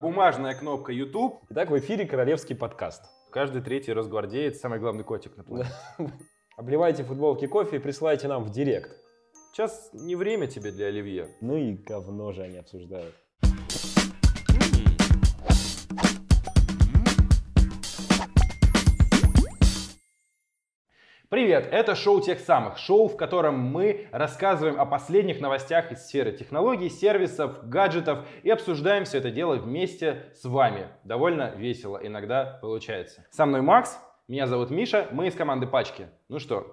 бумажная кнопка YouTube. Итак, в эфире королевский подкаст. Каждый третий росгвардеец, самый главный котик на планете. Обливайте футболки кофе и присылайте нам в директ. Сейчас не время тебе для оливье. Ну и говно же они обсуждают. Привет, это шоу тех самых, шоу, в котором мы рассказываем о последних новостях из сферы технологий, сервисов, гаджетов и обсуждаем все это дело вместе с вами. Довольно весело иногда получается. Со мной Макс, меня зовут Миша, мы из команды Пачки. Ну что?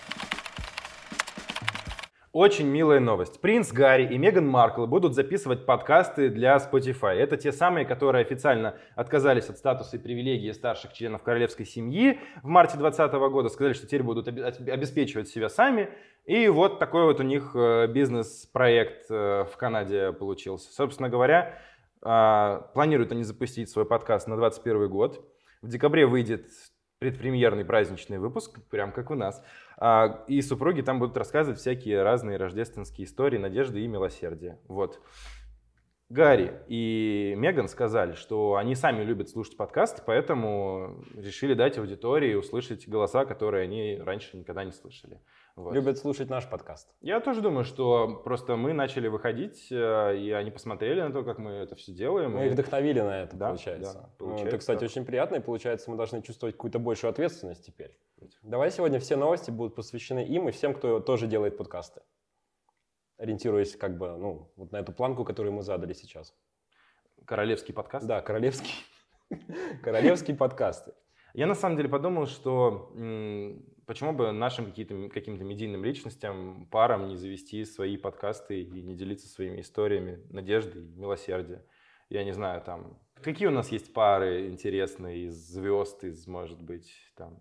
Очень милая новость. Принц Гарри и Меган Маркл будут записывать подкасты для Spotify. Это те самые, которые официально отказались от статуса и привилегий старших членов королевской семьи в марте 2020 года. Сказали, что теперь будут обеспечивать себя сами. И вот такой вот у них бизнес-проект в Канаде получился. Собственно говоря, планируют они запустить свой подкаст на 2021 год. В декабре выйдет предпремьерный праздничный выпуск, прям как у нас. И супруги там будут рассказывать всякие разные рождественские истории, надежды и милосердия. Вот. Гарри и Меган сказали, что они сами любят слушать подкасты, поэтому решили дать аудитории услышать голоса, которые они раньше никогда не слышали. Вот. Любят слушать наш подкаст. Я тоже думаю, что просто мы начали выходить, и они посмотрели на то, как мы это все делаем. Мы их вдохновили на это, да, получается. Да, получается. Это, кстати, так. очень приятно, и получается, мы должны чувствовать какую-то большую ответственность теперь. Давай сегодня все новости будут посвящены им и всем, кто тоже делает подкасты. Ориентируясь как бы, вот на эту планку, которую мы задали сейчас. Королевский подкаст? Да, королевский. Королевские подкасты. Я на самом деле подумал, что почему бы нашим каким-то медийным личностям, парам не завести свои подкасты и не делиться своими историями надежды и милосердия. Я не знаю, там, какие у нас есть пары интересные из звезд, может быть, там.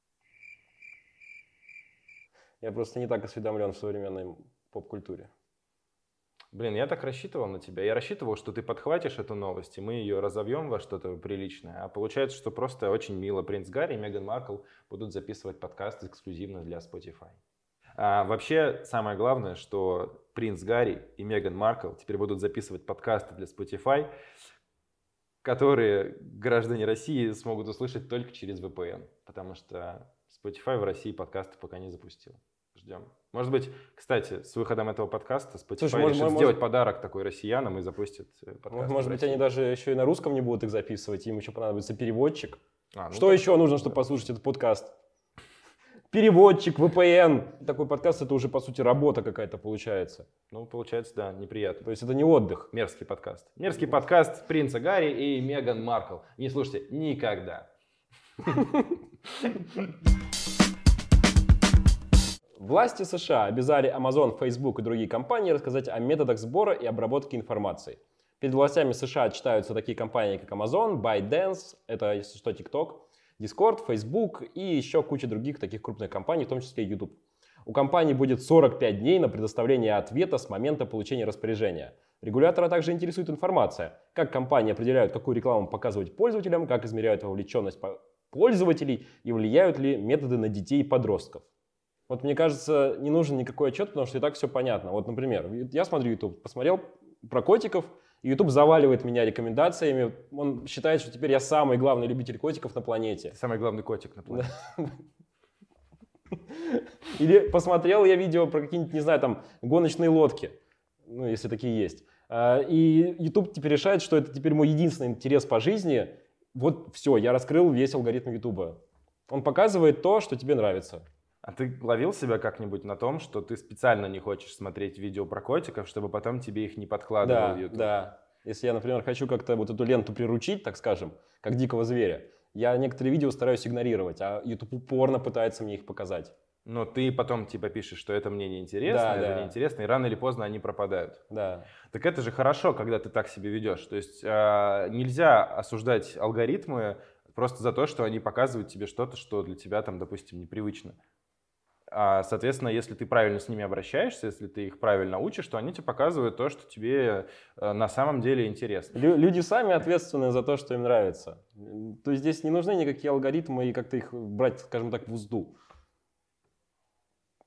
Я просто не так осведомлен в современной поп-культуре. Блин, я так рассчитывал на тебя. Я рассчитывал, что ты подхватишь эту новость, и мы ее разовьем во что-то приличное. А получается, что просто очень мило. Принц Гарри и Меган Маркл будут записывать подкаст эксклюзивно для Spotify. Вообще, самое главное, что принц Гарри и Меган Маркл теперь будут записывать подкасты для Spotify, которые граждане России смогут услышать только через VPN. Потому что Spotify в России подкасты пока не запустил. Ждем. Может быть, кстати, с выходом этого подкаста Spotify решит сделать подарок такой россиянам и запустит подкаст. Может быть, они даже еще и на русском не будут их записывать, им еще понадобится переводчик. Что так, еще нужно, чтобы послушать этот подкаст? Переводчик, VPN. Такой подкаст — это уже, по сути, работа какая-то получается. Получается, да, неприятно. То есть это не отдых. Мерзкий подкаст. Мерзкий подкаст принца Гарри и Меган Маркл. Не слушайте никогда. Власти США обязали Amazon, Facebook и другие компании рассказать о методах сбора и обработки информации. Перед властями США отчитаются такие компании, как Amazon, ByteDance, это, если что, TikTok, Discord, Facebook и еще куча других таких крупных компаний, в том числе и YouTube. У компании будет 45 дней на предоставление ответа с момента получения распоряжения. Регулятора также интересует информация, как компании определяют, какую рекламу показывать пользователям, как измеряют вовлеченность пользователей и влияют ли методы на детей и подростков. Вот мне кажется, не нужен никакой отчет, потому что и так все понятно. Вот, например, я смотрю YouTube, посмотрел про котиков, и YouTube заваливает меня рекомендациями. Он считает, что теперь я самый главный любитель котиков на планете. Самый главный котик на планете. Или посмотрел я видео про какие-нибудь, не знаю, там, гоночные лодки, если такие есть. И YouTube теперь решает, что это теперь мой единственный интерес по жизни. Вот все, я раскрыл весь алгоритм YouTube. Он показывает то, что тебе нравится. А ты ловил себя как-нибудь на том, что ты специально не хочешь смотреть видео про котиков, чтобы потом тебе их не подкладывал в YouTube? Да. Если я, например, хочу как-то вот эту ленту приручить, так скажем, как дикого зверя, я некоторые видео стараюсь игнорировать, а YouTube упорно пытается мне их показать. Но ты потом типа пишешь, что это мне неинтересно, это неинтересно, и рано или поздно они пропадают. Да. Так это же хорошо, когда ты так себя ведешь. То есть нельзя осуждать алгоритмы просто за то, что они показывают тебе что-то, что для тебя там, допустим, непривычно. Соответственно, если ты правильно с ними обращаешься, если ты их правильно учишь, то они тебе показывают то, что тебе на самом деле интересно. Люди сами ответственны за то, что им нравится. То есть здесь не нужны никакие алгоритмы и как-то их брать, скажем так, в узду.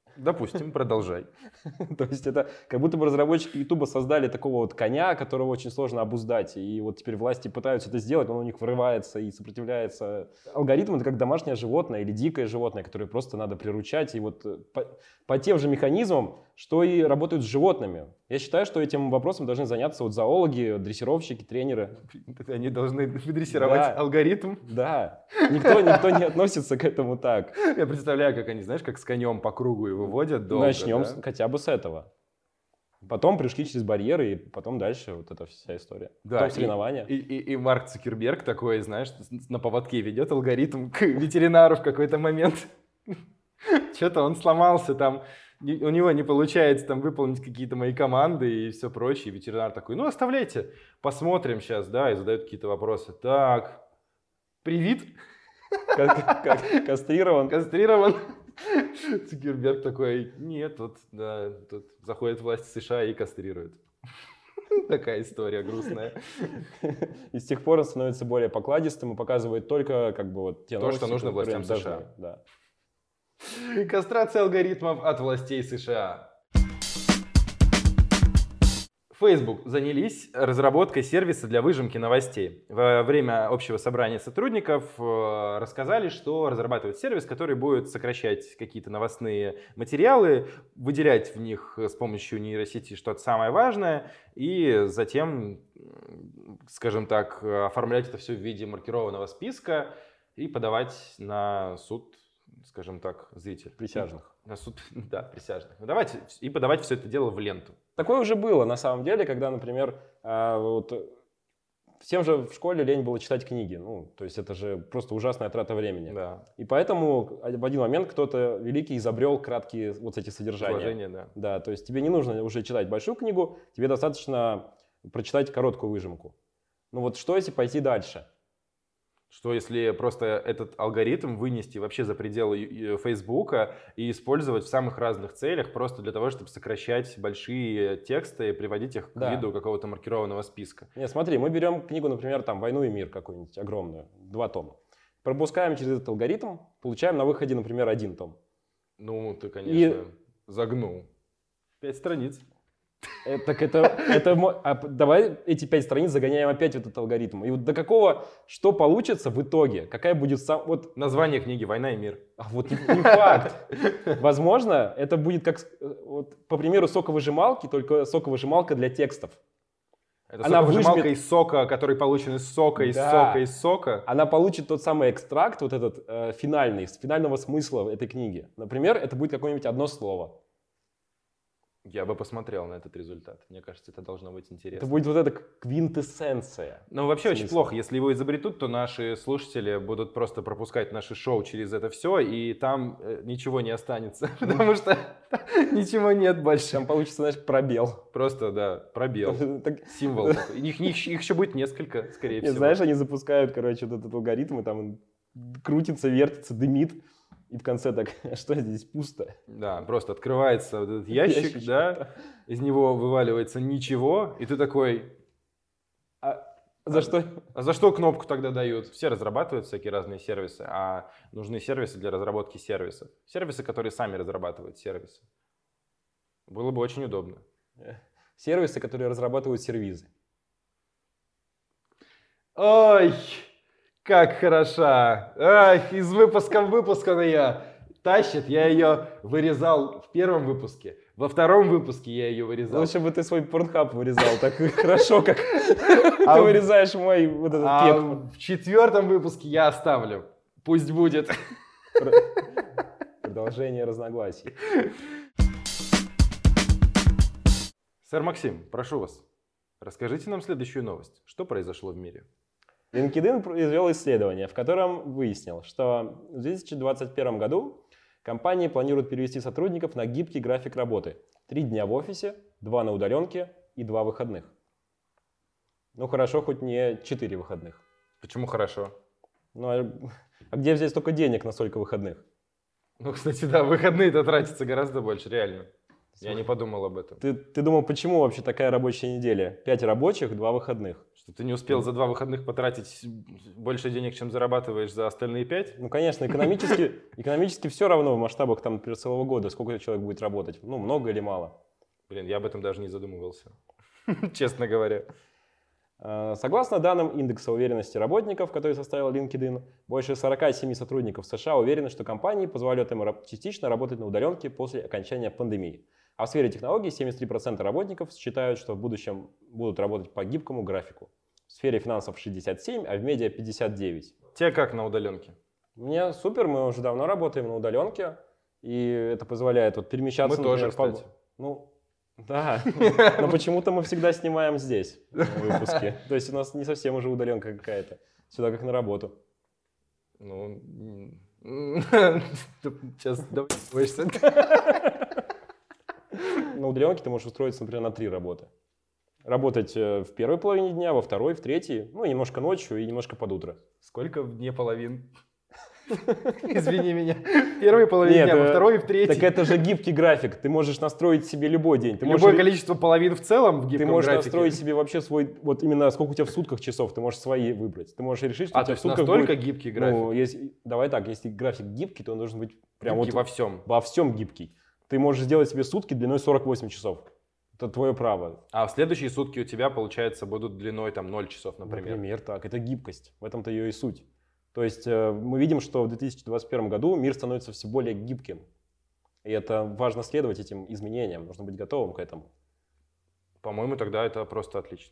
Допустим, продолжай. То есть это как будто бы разработчики YouTube создали такого вот коня, которого очень сложно обуздать. И вот теперь власти пытаются это сделать, но он у них вырывается и сопротивляется. Алгоритм — это как домашнее животное или дикое животное, которое просто надо приручать. И вот по тем же механизмам, что и работают с животными. Я считаю, что этим вопросом должны заняться вот зоологи, дрессировщики, тренеры. Они должны выдрессировать алгоритм. Да, никто не относится к этому так. Я представляю, как они, знаешь, как с конем по кругу его водят долго. Начнем да? хотя бы с этого. Потом прыжки через барьеры, и потом дальше вот эта вся история. Да, потом соревнования. И Марк Цукерберг такой, знаешь, на поводке ведет алгоритм к ветеринару в какой-то момент. Что-то он сломался там, у него не получается там выполнить какие-то мои команды и все прочее. Ветеринар такой, ну оставляйте, посмотрим сейчас, да, и задает какие-то вопросы. Так, привит. Как кастрирован. Кастрирован. Цукерберг такой, нет, тут заходит власть США и кастрирует. Такая история грустная. И с тех пор он становится более покладистым и показывает только как бы вот те то, новости, что нужно которые властям США. Да. Кастрация алгоритмов от властей США. Facebook занялись разработкой сервиса для выжимки новостей. Во время общего собрания сотрудников рассказали, что разрабатывают сервис, который будет сокращать какие-то новостные материалы, выделять в них с помощью нейросети что-то самое важное, и затем, скажем так, оформлять это все в виде маркированного списка и подавать на суд, скажем так, зрителей. Присяжных. На суд, да, присяжных. Давайте и подавать все это дело в ленту. Такое уже было на самом деле, когда, например, вот всем же в школе лень было читать книги. Ну, то есть это же просто ужасная трата времени. Да. И поэтому в один момент кто-то великий изобрел краткие вот эти содержания. Изложение, да. Да, то есть тебе не нужно уже читать большую книгу, тебе достаточно прочитать короткую выжимку. Ну вот что если пойти дальше? Что если просто этот алгоритм вынести вообще за пределы Фейсбука и использовать в самых разных целях, просто для того, чтобы сокращать большие тексты и приводить их к виду какого-то маркированного списка? Нет, смотри, мы берем книгу, например, там «Войну и мир» какую-нибудь огромную, 2 тома. Пропускаем через этот алгоритм, получаем на выходе, например, 1 том. Ну, ты, конечно, загнул. 5 страниц. Давай эти 5 страниц загоняем опять в этот алгоритм. И вот до какого, что получится в итоге? Какая будет вот название книги «Война и мир». Вот не факт. Возможно, это будет как, вот, по примеру соковыжималки, только соковыжималка для текстов. Это соковыжималка из сока, который получен из сока, из сока, из сока. Она получит тот самый экстракт, вот этот финальный, с финального смысла этой книги. Например, это будет какое-нибудь одно слово. Я бы посмотрел на этот результат. Мне кажется, это должно быть интересно. Это будет вот эта квинтэссенция. Ну, вообще очень плохо. Если его изобретут, то наши слушатели будут просто пропускать наше шоу через это все, и там ничего не останется. Потому что ничего нет больше. Там получится, знаешь, пробел. Просто, да, пробел. Символ такой. Их еще будет несколько, скорее всего. Знаешь, они запускают, короче, вот этот алгоритм, и там он крутится, вертится, дымит. И в конце так, что здесь пусто? Да, просто открывается вот этот ящик, да, из него вываливается ничего, и ты такой... За что? А за что кнопку тогда дают? Все разрабатывают всякие разные сервисы, а нужны сервисы для разработки сервисов. Сервисы, которые сами разрабатывают сервисы. Было бы очень удобно. Сервисы, которые разрабатывают сервизы. Ой! Как хороша! Ах, из выпуска в выпуск она ее тащит. Я ее вырезал в первом выпуске. Во втором выпуске я ее вырезал. Лучше бы ты свой порнхаб вырезал так хорошо, как ты вырезаешь мой вот этот пек. В четвертом выпуске я оставлю. Пусть будет. Продолжение разногласий. Сэр Максим, прошу вас, расскажите нам следующую новость. Что произошло в мире? LinkedIn произвел исследование, в котором выяснил, что в 2021 году компании планируют перевести сотрудников на гибкий график работы. 3 дня в офисе, 2 на удаленке и 2 выходных. Ну хорошо, хоть не 4 выходных. Почему хорошо? Ну а где взять столько денег на столько выходных? Ну, кстати, да, выходные-то тратится гораздо больше, реально. Я не подумал об этом. Ты думал, почему вообще такая рабочая неделя? 5 рабочих, 2 выходных. Что ты не успел за 2 выходных потратить больше денег, чем зарабатываешь за остальные 5? Ну, конечно, экономически все равно в масштабах, там, например, целого года, сколько человек будет работать. Ну, много или мало. Блин, я об этом даже не задумывался, честно говоря. Согласно данным индекса уверенности работников, который составил LinkedIn, больше 47 сотрудников США уверены, что компании позволяют им частично работать на удаленке после окончания пандемии. А в сфере технологий 73% работников считают, что в будущем будут работать по гибкому графику. В сфере финансов 67%, а в медиа 59%. Тебе как на удаленке? Мне супер, мы уже давно работаем на удаленке, и это позволяет вот перемещаться. Мы тоже, кстати. Ну, да, но почему-то мы всегда снимаем здесь выпуски. То есть у нас не совсем уже удаленка какая-то. Сюда как на работу. Ну, сейчас довольствуешься. На удаленке ты можешь устроиться, например, на 3 работы. Работать в первой половине дня, во второй, в третьей, ну, немножко ночью и немножко под утро. Сколько в дне половин? Извини меня. В первой половине дня, во второй и в третьей. Так это же гибкий график. Ты можешь настроить себе любой день. Любое количество половин в целом в гибком графике. Ты можешь настроить себе вообще свой, вот именно сколько у тебя в сутках часов, ты можешь свои выбрать. Ты можешь решить, что у тебя в сутках настолько гибкий график? Ну, давай так, если график гибкий, то он должен быть прям гибкий вот во всем. Во всем гибкий. Ты можешь сделать себе сутки длиной 48 часов. Это твое право. А в следующие сутки у тебя, получается, будут длиной там 0 часов, например. Например, так. Это гибкость. В этом-то ее и суть. То есть мы видим, что в 2021 году мир становится все более гибким. И это важно следовать этим изменениям. Нужно быть готовым к этому. По-моему, тогда это просто отлично.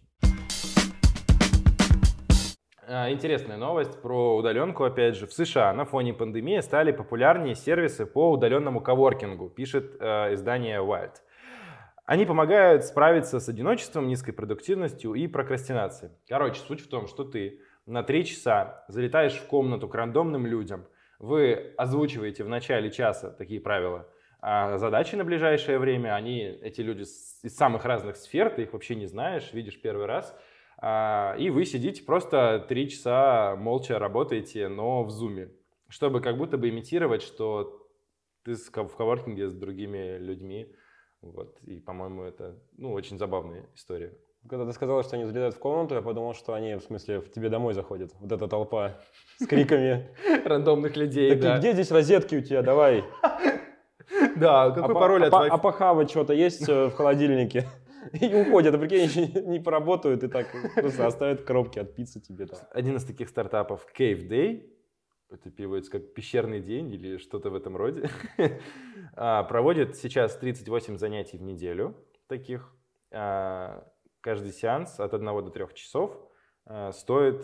Интересная новость про удаленку, опять же. В США на фоне пандемии стали популярнее сервисы по удаленному коворкингу, пишет издание Wired. Они помогают справиться с одиночеством, низкой продуктивностью и прокрастинацией. Короче, суть в том, что ты на 3 часа залетаешь в комнату к рандомным людям, вы озвучиваете в начале часа такие правила, задачи на ближайшее время, эти люди из самых разных сфер, ты их вообще не знаешь, видишь первый раз, и вы сидите просто 3 часа молча работаете, но в зуме, чтобы как будто бы имитировать, что ты в коворкинге с другими людьми. Вот. И, по-моему, это очень забавная история. Когда ты сказала, что они залетают в комнату, я подумал, что они, в смысле, в тебе домой заходят. Вот эта толпа с криками. Рандомных людей, да. Где здесь розетки у тебя? Давай. Да, какой пароль от Wi-Fi? А похавать что-то есть в холодильнике? И уходят, а прикинь, еще не поработают и так просто оставят коробки от пиццы тебе там. Один из таких стартапов, Cave Day, это переводится как пещерный день или что-то в этом роде, проводит сейчас 38 занятий в неделю таких. Каждый сеанс от 1 до 3 часов стоит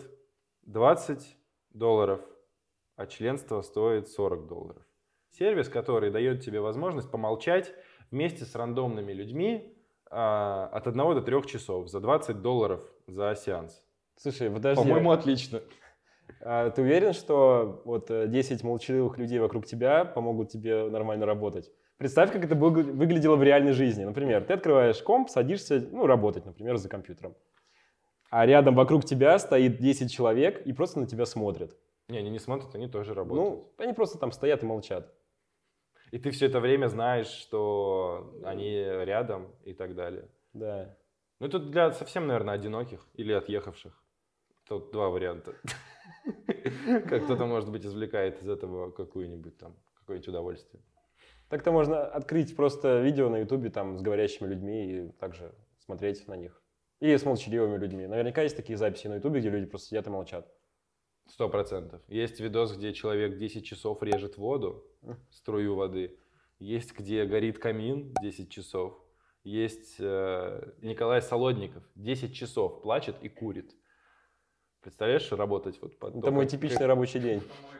$20, а членство стоит $40. Сервис, который дает тебе возможность помолчать вместе с рандомными людьми от 1 до 3 часов за $20 за сеанс. Слушай, подожди. По-моему, отлично. Ты уверен, что вот 10 молчаливых людей вокруг тебя помогут тебе нормально работать? Представь, как это выглядело в реальной жизни. Например, ты открываешь комп, садишься, работать, например, за компьютером. А рядом вокруг тебя стоит 10 человек и просто на тебя смотрят. Не, они не смотрят, они тоже работают. Они просто там стоят и молчат. И ты все это время знаешь, что они рядом и так далее. Да. Это для совсем, наверное, одиноких или отъехавших. Тут 2 варианта. Как кто-то, может быть, извлекает из этого какое-нибудь удовольствие. Так-то можно открыть просто видео на Ютубе там с говорящими людьми и также смотреть на них. Или с молчаливыми людьми. Наверняка есть такие записи на Ютубе, где люди просто сидят и молчат. 100%. Есть видос, где человек 10 часов режет воду, струю воды. Есть, где горит камин 10 часов. Есть Николай Солодников 10 часов плачет и курит. Представляешь, работать вот под... Это мой типичный рабочий день.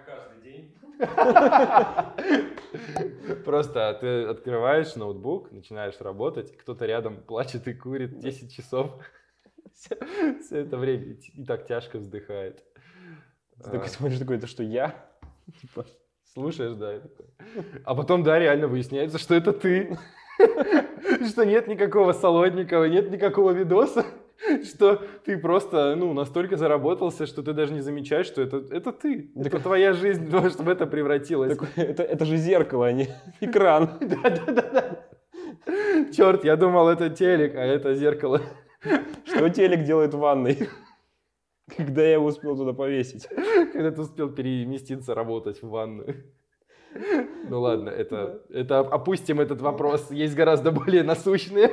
Просто ты открываешь ноутбук, начинаешь работать, кто-то рядом плачет и курит 10 часов. Все это время и так тяжко вздыхает. Ты такой смотришь, это что, я? Слушаешь, да. А потом, да, реально выясняется, что это ты. Что нет никакого Солодникова, нет никакого видоса. Что ты просто настолько заработался, что ты даже не замечаешь, что это ты. Это твоя жизнь, чтобы это превратилось. Это же зеркало, а не экран. Да. Черт, я думал, это телек, а это зеркало. Что телек делает в ванной? Когда я его успел туда повесить? Когда ты успел переместиться, работать в ванную. Ну ладно, это опустим этот вопрос. Есть гораздо более насущные.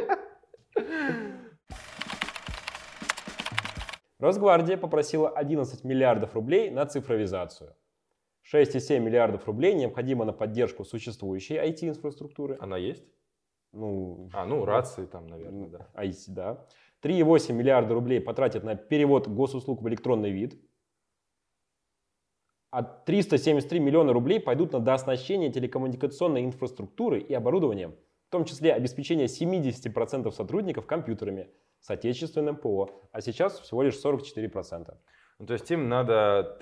Росгвардия попросила 11 миллиардов рублей на цифровизацию. 6,7 миллиардов рублей необходимо на поддержку существующей IT-инфраструктуры. Она есть? Ну, рации там, наверное, да. IT, да. 3,8 миллиарда рублей потратят на перевод госуслуг в электронный вид. А 373 миллиона рублей пойдут на дооснащение телекоммуникационной инфраструктуры и оборудованием, в том числе обеспечение 70% сотрудников компьютерами с отечественным ПО, а сейчас всего лишь 44%. Ну, то есть им надо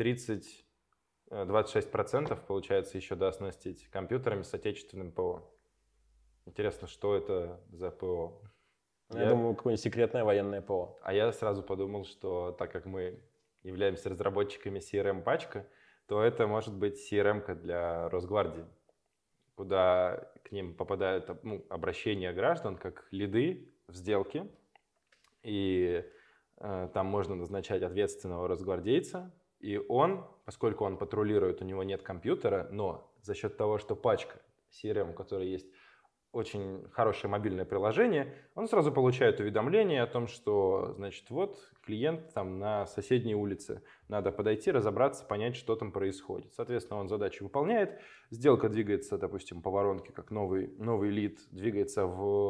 26% получается еще дооснастить компьютерами с отечественным ПО. Интересно, что это за ПО? Я думаю, какое-нибудь секретное военное ПО. А я сразу подумал, что так как мы являемся разработчиками CRM-пачка, то это может быть CRM-ка для Росгвардии, куда к ним попадают обращения граждан как лиды в сделке, и там можно назначать ответственного росгвардейца, и он, поскольку он патрулирует, у него нет компьютера, но за счет того, что пачка CRM, у которой есть очень хорошее мобильное приложение, он сразу получает уведомление о том, что, значит, вот клиент там на соседней улице, надо подойти, разобраться, понять, что там происходит. Соответственно, он задачу выполняет, сделка двигается, допустим, по воронке, как новый лид двигается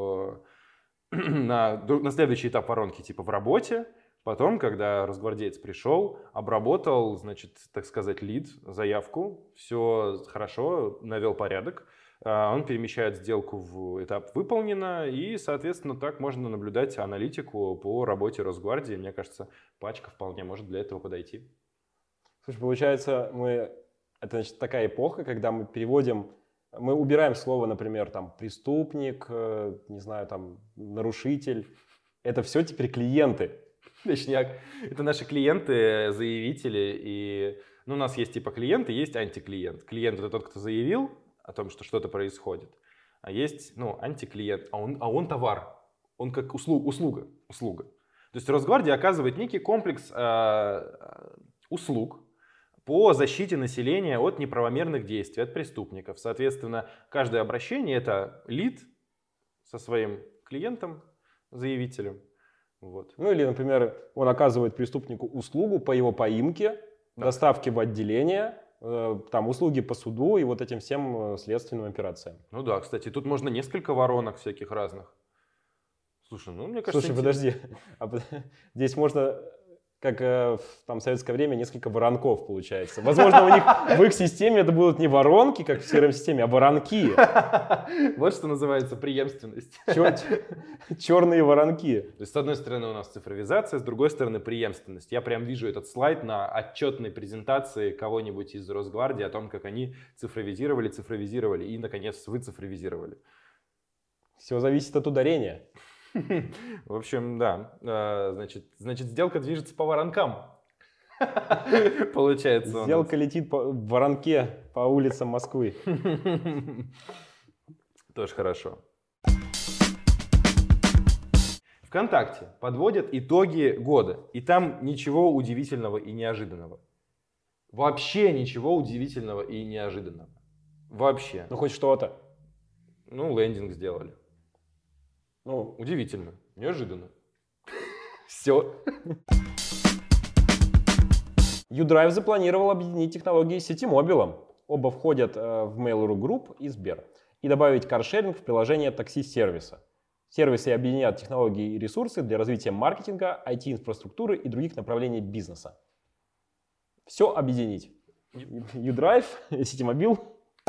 на следующий этап воронки, типа в работе. Потом, когда росгвардеец пришел, обработал, значит, так сказать, лид, заявку, все хорошо, навел порядок, он перемещает сделку в этап «выполнено», и, соответственно, так можно наблюдать аналитику по работе Росгвардии. Мне кажется, пачка вполне может для этого подойти. Слушай, получается, это, значит, такая эпоха, когда мы убираем слово, например, там, преступник, не знаю, там, нарушитель. Это все теперь клиенты. Точняк. Это наши клиенты, заявители. И у нас есть типа клиент и есть антиклиент. Клиент — это тот, кто заявил о том, что что-то происходит. А есть антиклиент, а он товар. Он как услуга. То есть Росгвардия оказывает некий комплекс услуг по защите населения от неправомерных действий, от преступников. Соответственно, каждое обращение — это лид со своим клиентом, заявителем. Вот. Ну или, например, он оказывает преступнику услугу по его поимке, доставке в отделение, там услуги по суду и вот этим всем следственным операциям. Ну да, кстати, тут можно несколько воронок всяких разных. Слушай, мне кажется... Слушай, подожди, здесь можно, как в советское время, несколько воронков получается. Возможно, у них в их системе это будут не воронки, как в CRM-системе, а воронки. Вот что называется преемственность. Черные воронки. То есть, с одной стороны, у нас цифровизация, с другой стороны, преемственность. Я прям вижу этот слайд на отчетной презентации кого-нибудь из Росгвардии о том, как они цифровизировали и, наконец, выцифровизировали. Все зависит от ударения. В общем, да. Значит, сделка движется по воронкам. Получается. Сделка летит в воронке по улицам Москвы. Тоже хорошо. ВКонтакте подводят итоги года. И там ничего удивительного и неожиданного. Вообще ничего удивительного и неожиданного. Вообще. Ну, хоть что-то. Лендинг сделали. Удивительно, неожиданно. Все. Udraive запланировал объединить технологии с Ситимобилом. Оба входят в Mail.ru Group и Сбер. И добавить каршеринг в приложение такси-сервиса. Сервисы объединяют технологии и ресурсы для развития маркетинга, IT-инфраструктуры и других направлений бизнеса. Все объединить. Udraive, Ситимобил.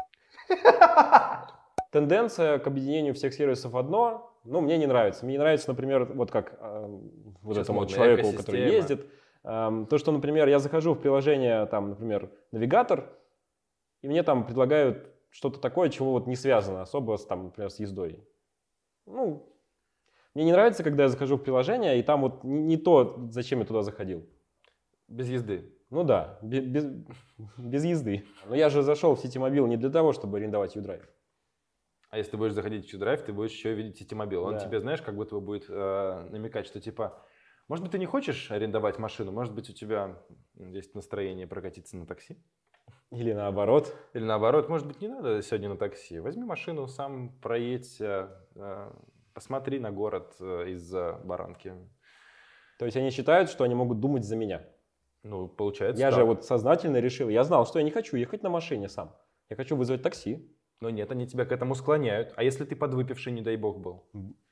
Тенденция к объединению всех сервисов в одно, мне не нравится. Мне не нравится, например, вот как этому человеку, который ездит. То, что, например, я захожу в приложение, например, навигатор, и мне там предлагают что-то такое, чего не связано особо например, с ездой. Мне не нравится, когда я захожу в приложение, и там не то, зачем я туда заходил. Без езды. Ну да, без езды. Но я же зашел в Ситимобил не для того, чтобы арендовать Udraive. А если ты будешь заходить в Udraive, ты будешь еще видеть Ситимобил. Он тебе, знаешь, как будто бы будет намекать, что типа Может быть, ты не хочешь арендовать машину? Может быть, у тебя есть настроение прокатиться на такси? Или наоборот. Или наоборот, может быть, не надо сегодня на такси. Возьми машину, сам проедься, посмотри на город из-за баранки. То есть они считают, что они могут думать за меня. Ну, получается Я так. же вот сознательно решил, я знал, что я не хочу ехать на машине сам. Я хочу вызвать такси. Но нет, они тебя к этому склоняют. А если ты подвыпивший, не дай бог, был?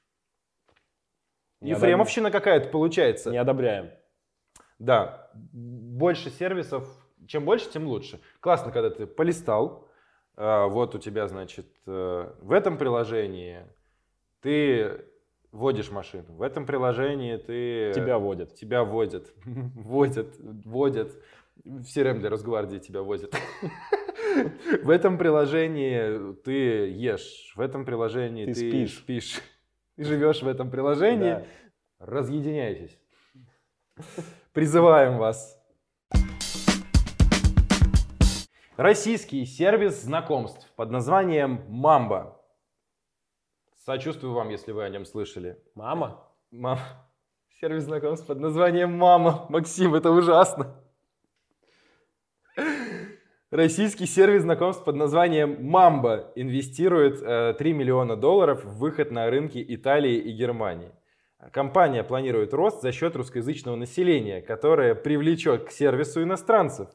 Ефремовщина какая-то получается. Не одобряем. Да, больше сервисов, чем больше, тем лучше. Классно, когда ты полистал, вот у тебя, значит, в этом приложении ты водишь машину, в этом приложении ты... Тебя водят. Тебя водят, водят. В CRM для Росгвардии тебя возят. В этом приложении ты ешь, в этом приложении ты спишь. Ты живешь в этом приложении. Да. Разъединяйтесь. Призываем вас. Российский сервис знакомств под названием Mamba. Сочувствую вам, если вы о нем слышали. Мама? Сервис знакомств под названием Мама. Максим, это ужасно. Российский сервис знакомств под названием Mamba инвестирует $3 миллиона в выход на рынки Италии и Германии. Компания планирует рост за счет русскоязычного населения, которое привлечет к сервису иностранцев.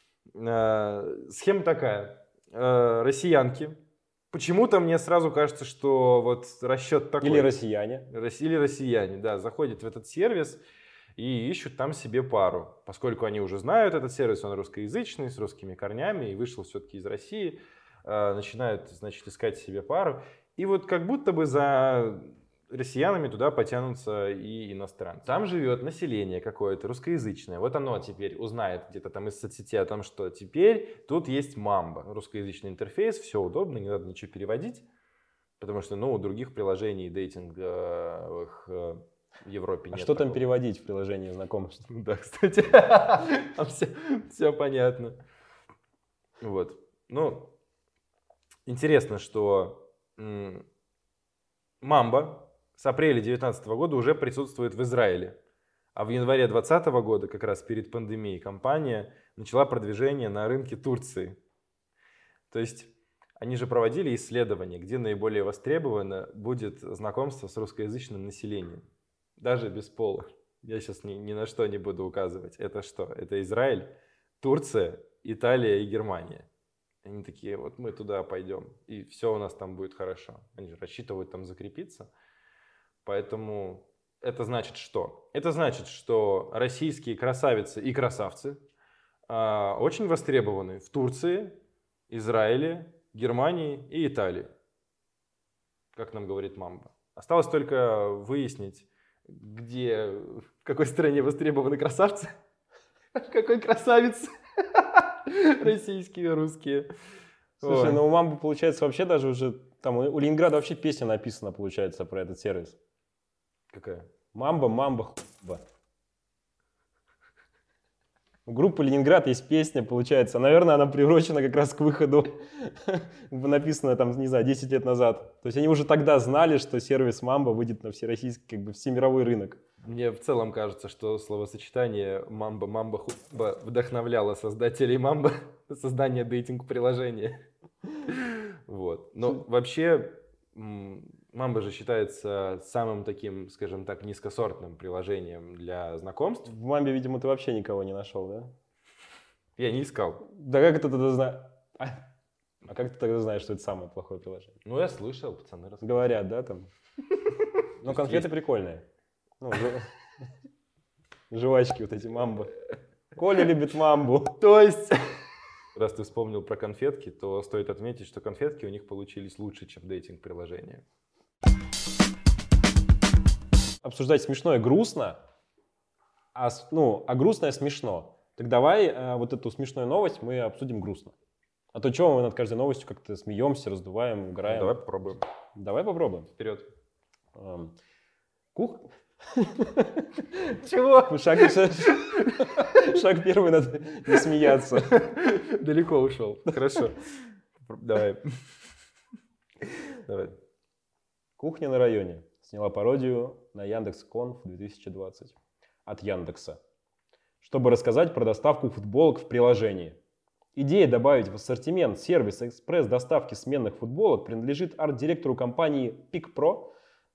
Схема такая. Россиянки. Почему-то мне сразу кажется, что вот расчет такой. Или россияне. Или россияне, да, заходят в этот сервис и ищут там себе пару. Поскольку они уже знают этот сервис, он русскоязычный, с русскими корнями, и вышел все-таки из России, начинают, значит, искать себе пару. И вот как будто бы за россиянами туда потянутся и иностранцы. Там живет население какое-то русскоязычное. Вот оно теперь узнает где-то там из соцсетей о том, что теперь тут есть Mamba, русскоязычный интерфейс, все удобно, не надо ничего переводить, потому что, ну, у других приложений дейтинговых в Европе нет. А что там такого. переводить в приложении знакомств? Да, кстати, все понятно. Вот. Ну, интересно, что Mamba с апреля 2019 года уже присутствует в Израиле. А в январе 2020 года, как раз перед пандемией, компания начала продвижение на рынке Турции. То есть они же проводили исследования, где наиболее востребовано будет знакомство с русскоязычным населением. Даже без пола. Я сейчас ни на что не буду указывать. Это что? Это Израиль, Турция, Италия и Германия. Они такие, вот мы туда пойдем, и все у нас там будет хорошо. Они же рассчитывают там закрепиться. Поэтому это значит что? Это значит, что российские красавицы и красавцы очень востребованы в Турции, Израиле, Германии и Италии. Как нам говорит Mamba. Осталось только выяснить, в какой стране востребованы красавцы, в какой красавицы российские, русские. Слушай, ну у Mamba получается вообще даже уже, там у Ленинграда вообще песня написана, получается, про этот сервис. Какая? Мамба, хуба. У группы Ленинград есть песня, получается. Наверное, она приурочена как раз к выходу, написанная там, не знаю, 10 лет назад. То есть они уже тогда знали, что сервис Mamba выйдет на всероссийский, как бы всемировой рынок. Мне в целом кажется, что словосочетание «мамба хуба» вдохновляло создателей Mamba на создание дейтинг-приложения. Вот. Но вообще Mamba же считается самым таким, скажем так, низкосортным приложением для знакомств. В Mamba, видимо, ты вообще никого не нашел, да? Я не искал. Да как ты тогда знаешь? А как ты тогда знаешь, что это самое плохое приложение? Ну, я слышал, пацаны рассказывают. Говорят, да, там? Ну, конфеты прикольные. Ну, жвачки вот эти Mamba. Коля любит Мамбу. То есть, раз ты вспомнил про конфетки, то стоит отметить, что конфетки у них получились лучше, чем дейтинг-приложение. Обсуждать смешно и грустно, а грустное смешно. Так давай вот эту смешную новость мы обсудим грустно. А то чего мы над каждой новостью как-то смеемся, раздуваем, угораем. Давай попробуем. Давай попробуем. Вперед. Чего? Шаг первый, надо не смеяться. Далеко ушел. Хорошо. Давай. Кухня на районе сняла пародию на Яндекс.Конф 2020. от Яндекса, чтобы рассказать про доставку футболок в приложении. Идея добавить в ассортимент сервис экспресс-доставки сменных футболок принадлежит арт-директору компании PicPro.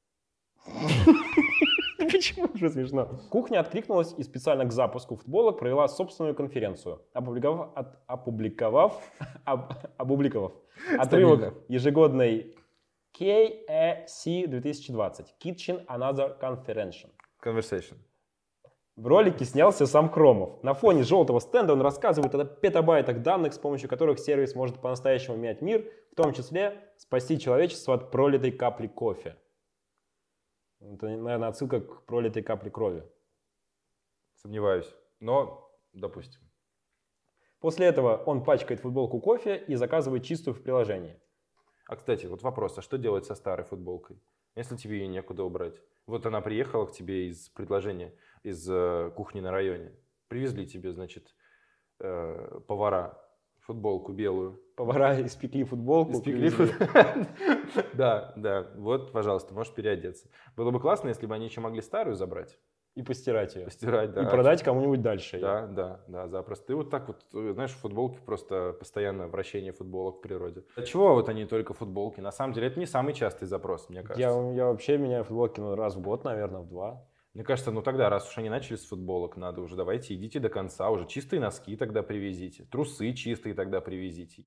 Почему же смешно? Кухня откликнулась и специально к запуску футболок провела собственную конференцию, опубликовав отрывок ежегодной KEC 2020 Kitchen Another Conversation. В ролике снялся сам Кромов. На фоне желтого стенда он рассказывает о петабайтах данных, с помощью которых сервис может по-настоящему менять мир, в том числе спасти человечество от пролитой капли кофе. Это, наверное, отсылка к пролитой капле крови. Сомневаюсь, но допустим. После этого он пачкает футболку кофе и заказывает чистую в приложении. А, кстати, вот вопрос, а что делать со старой футболкой, если тебе ее некуда убрать? Вот она приехала к тебе из предложения, из кухни на районе. Привезли тебе, значит, повара футболку белую. Повара испекли футболку. Испекли Да, вот, пожалуйста, можешь переодеться. Было бы классно, если бы они еще могли старую забрать. И постирать ее. Постирать, да. И продать кому-нибудь дальше. Да, запросто. И вот так вот, знаешь, футболки, просто постоянное вращение футболок в природе. От чего вот они только футболки? На самом деле это не самый частый запрос, мне кажется. Я вообще меняю футболки раз в год, наверное, в 2. Мне кажется, ну тогда, раз уж они начали с футболок, надо уже, давайте идите до конца, уже чистые носки тогда привезите, трусы чистые тогда привезите.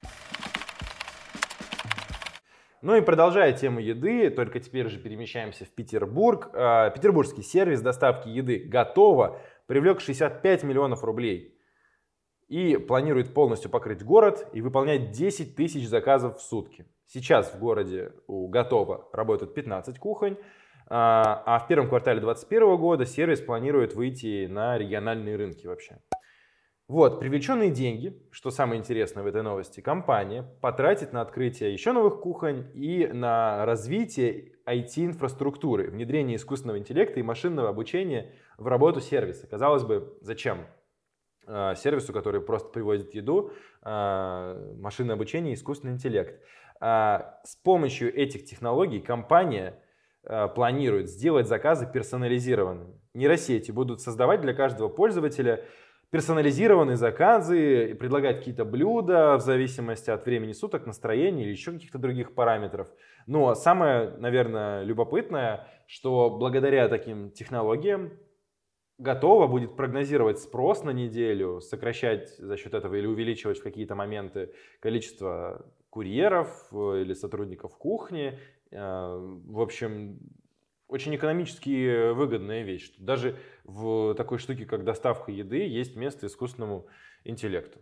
Ну и продолжая тему еды, только теперь же перемещаемся в Петербург. Петербургский сервис доставки еды «Готово» привлек 65 миллионов рублей и планирует полностью покрыть город и выполнять 10 тысяч заказов в сутки. Сейчас в городе у «Готово» работают 15 кухонь, а в первом квартале 2021 года сервис планирует выйти на региональные рынки вообще. Вот, привлеченные деньги, что самое интересное в этой новости, компания потратит на открытие еще новых кухонь и на развитие IT-инфраструктуры, внедрение искусственного интеллекта и машинного обучения в работу сервиса. Казалось бы, зачем сервису, который просто привозит еду, машинное обучение и искусственный интеллект? С помощью этих технологий компания планирует сделать заказы персонализированными. Нейросети будут создавать для каждого пользователя персонализированные заказы, предлагать какие-то блюда в зависимости от времени суток, настроения или еще каких-то других параметров. Но самое, наверное, любопытное, что благодаря таким технологиям «Готово» будет прогнозировать спрос на неделю, сокращать за счет этого или увеличивать в какие-то моменты количество курьеров или сотрудников кухни. В общем, очень экономически выгодная вещь. Что даже в такой штуке, как доставка еды, есть место искусственному интеллекту.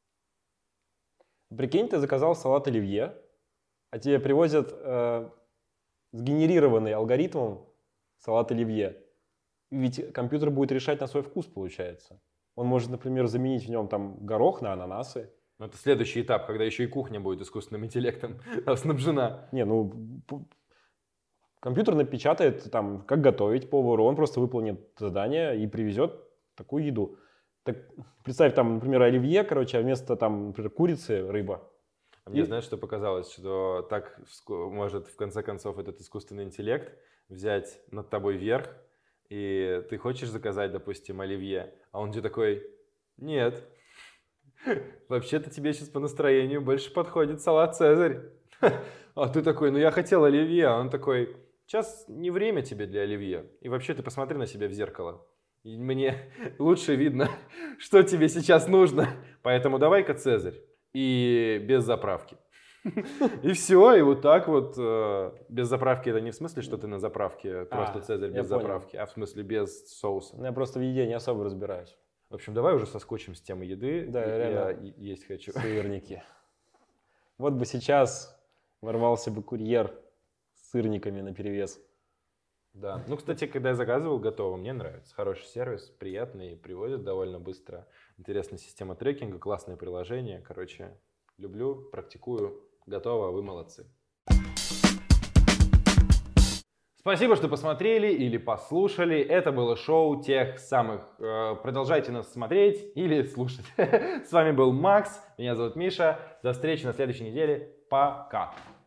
Прикинь, ты заказал салат оливье, а тебе привозят сгенерированный алгоритмом салат оливье. Ведь компьютер будет решать на свой вкус, получается. Он может, например, заменить в нем там горох на ананасы. Но это следующий этап, когда еще и кухня будет искусственным интеллектом снабжена. Не, ну... Компьютер напечатает, там, как готовить повару, он просто выполнит задание и привезет такую еду. Так, представь, там, например, оливье, короче, а вместо, там, например, курицы рыба. А мне, знаешь, что показалось? Что так может, в конце концов, этот искусственный интеллект взять над тобой верх, и ты хочешь заказать, допустим, оливье, а он тебе такой: нет, вообще-то тебе сейчас по настроению больше подходит салат «Цезарь». А ты такой: ну я хотел оливье, а он такой: сейчас не время тебе для оливье. И вообще ты посмотри на себя в зеркало. И мне лучше видно, что тебе сейчас нужно. Поэтому давай-ка «Цезарь». И без заправки. И все, и вот так вот. Без заправки — это не в смысле, что ты на заправке, просто «Цезарь» без заправки, а в смысле без соуса. Я просто в еде не особо разбираюсь. В общем, давай уже соскочим с темы еды. Да, я есть хочу. Сырники. Вот бы сейчас ворвался бы курьер с сырниками наперевес. Да. Ну, кстати, когда я заказывал «Готово», мне нравится. Хороший сервис, приятный, привозят довольно быстро. Интересная система трекинга, классное приложение. Короче, люблю, практикую. «Готово», вы молодцы. Спасибо, что посмотрели или послушали. Это было шоу тех самых. Продолжайте нас смотреть или слушать. С вами был Макс, меня зовут Миша. До встречи на следующей неделе. Пока.